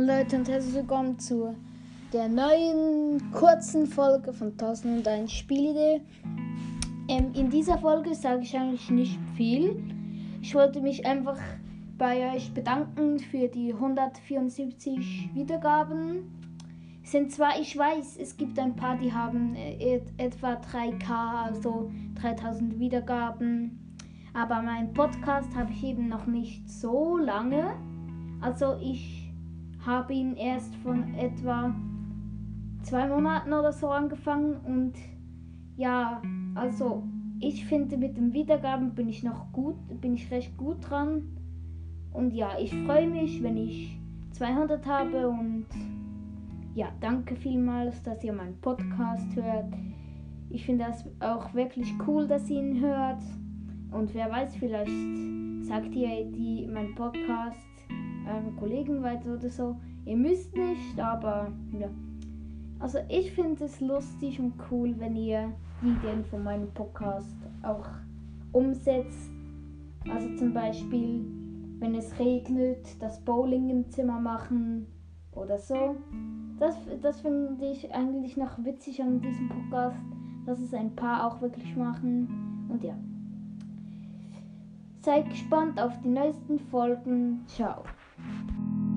Hallo Leute und herzlich willkommen zu der neuen kurzen Folge von 1001 Spielidee. In dieser Folge sage ich eigentlich nicht viel. Ich wollte mich einfach bei euch bedanken für die 174 Wiedergaben. Sind zwar, ich weiß, es gibt ein paar, die haben etwa 3K, also 3000 Wiedergaben. Aber mein Podcast habe ich eben noch nicht so lange. Also ich habe ihn erst von etwa 2 Monaten oder so angefangen und ja, also ich finde, mit den Wiedergaben bin ich recht gut dran und ja, ich freue mich, wenn ich 200 habe und ja, danke vielmals, dass ihr meinen Podcast hört. Ich finde das auch wirklich cool, dass ihr ihn hört und wer weiß, vielleicht sagt ihr meinen Podcast euren Kollegen weiter oder so. Ihr müsst nicht, aber ja. Also ich finde es lustig und cool, wenn ihr die Ideen von meinem Podcast auch umsetzt. Also zum Beispiel, wenn es regnet, das Bowling im Zimmer machen oder so. Das finde ich eigentlich noch witzig an diesem Podcast, dass es ein paar auch wirklich machen. Und ja. Seid gespannt auf die neuesten Folgen. Ciao.